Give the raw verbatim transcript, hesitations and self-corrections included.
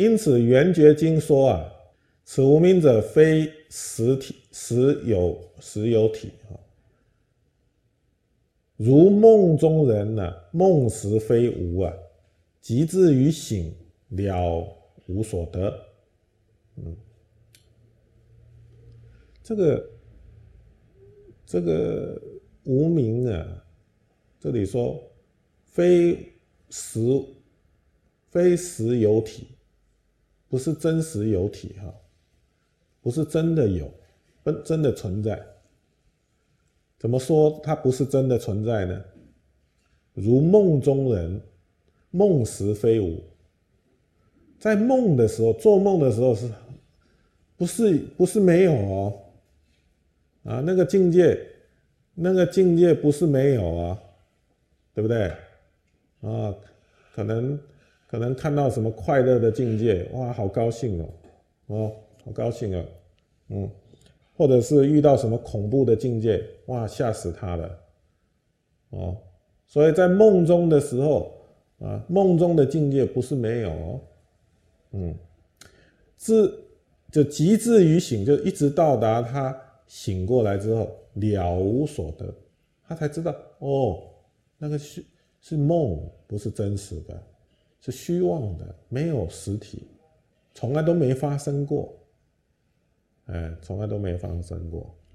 因此圆觉经说啊，此无明者非实体实有实有体，如梦中人啊，梦时非无啊，即至于醒了无所得。嗯，这个这个无明啊，这里说非实非实有体，不是真实有体哈，不是真的有，真的存在。怎么说它不是真的存在呢？如梦中人，梦时非无。在梦的时候，做梦的时候是，不是不是没有哦，啊，那个境界，那个境界不是没有啊，对不对？啊，可能可能看到什么快乐的境界，哇，好高兴哦，哦，好高兴哦，嗯，或者是遇到什么恐怖的境界，哇，吓死他了，哦，所以在梦中的时候，啊，梦中的境界不是没有哦。嗯，至就极至于醒，就一直到达他醒过来之后了无所得，他才知道哦，那个是是梦，不是真实的，是虚妄的，没有实体，从来都没发生过，哎，从来都没发生过。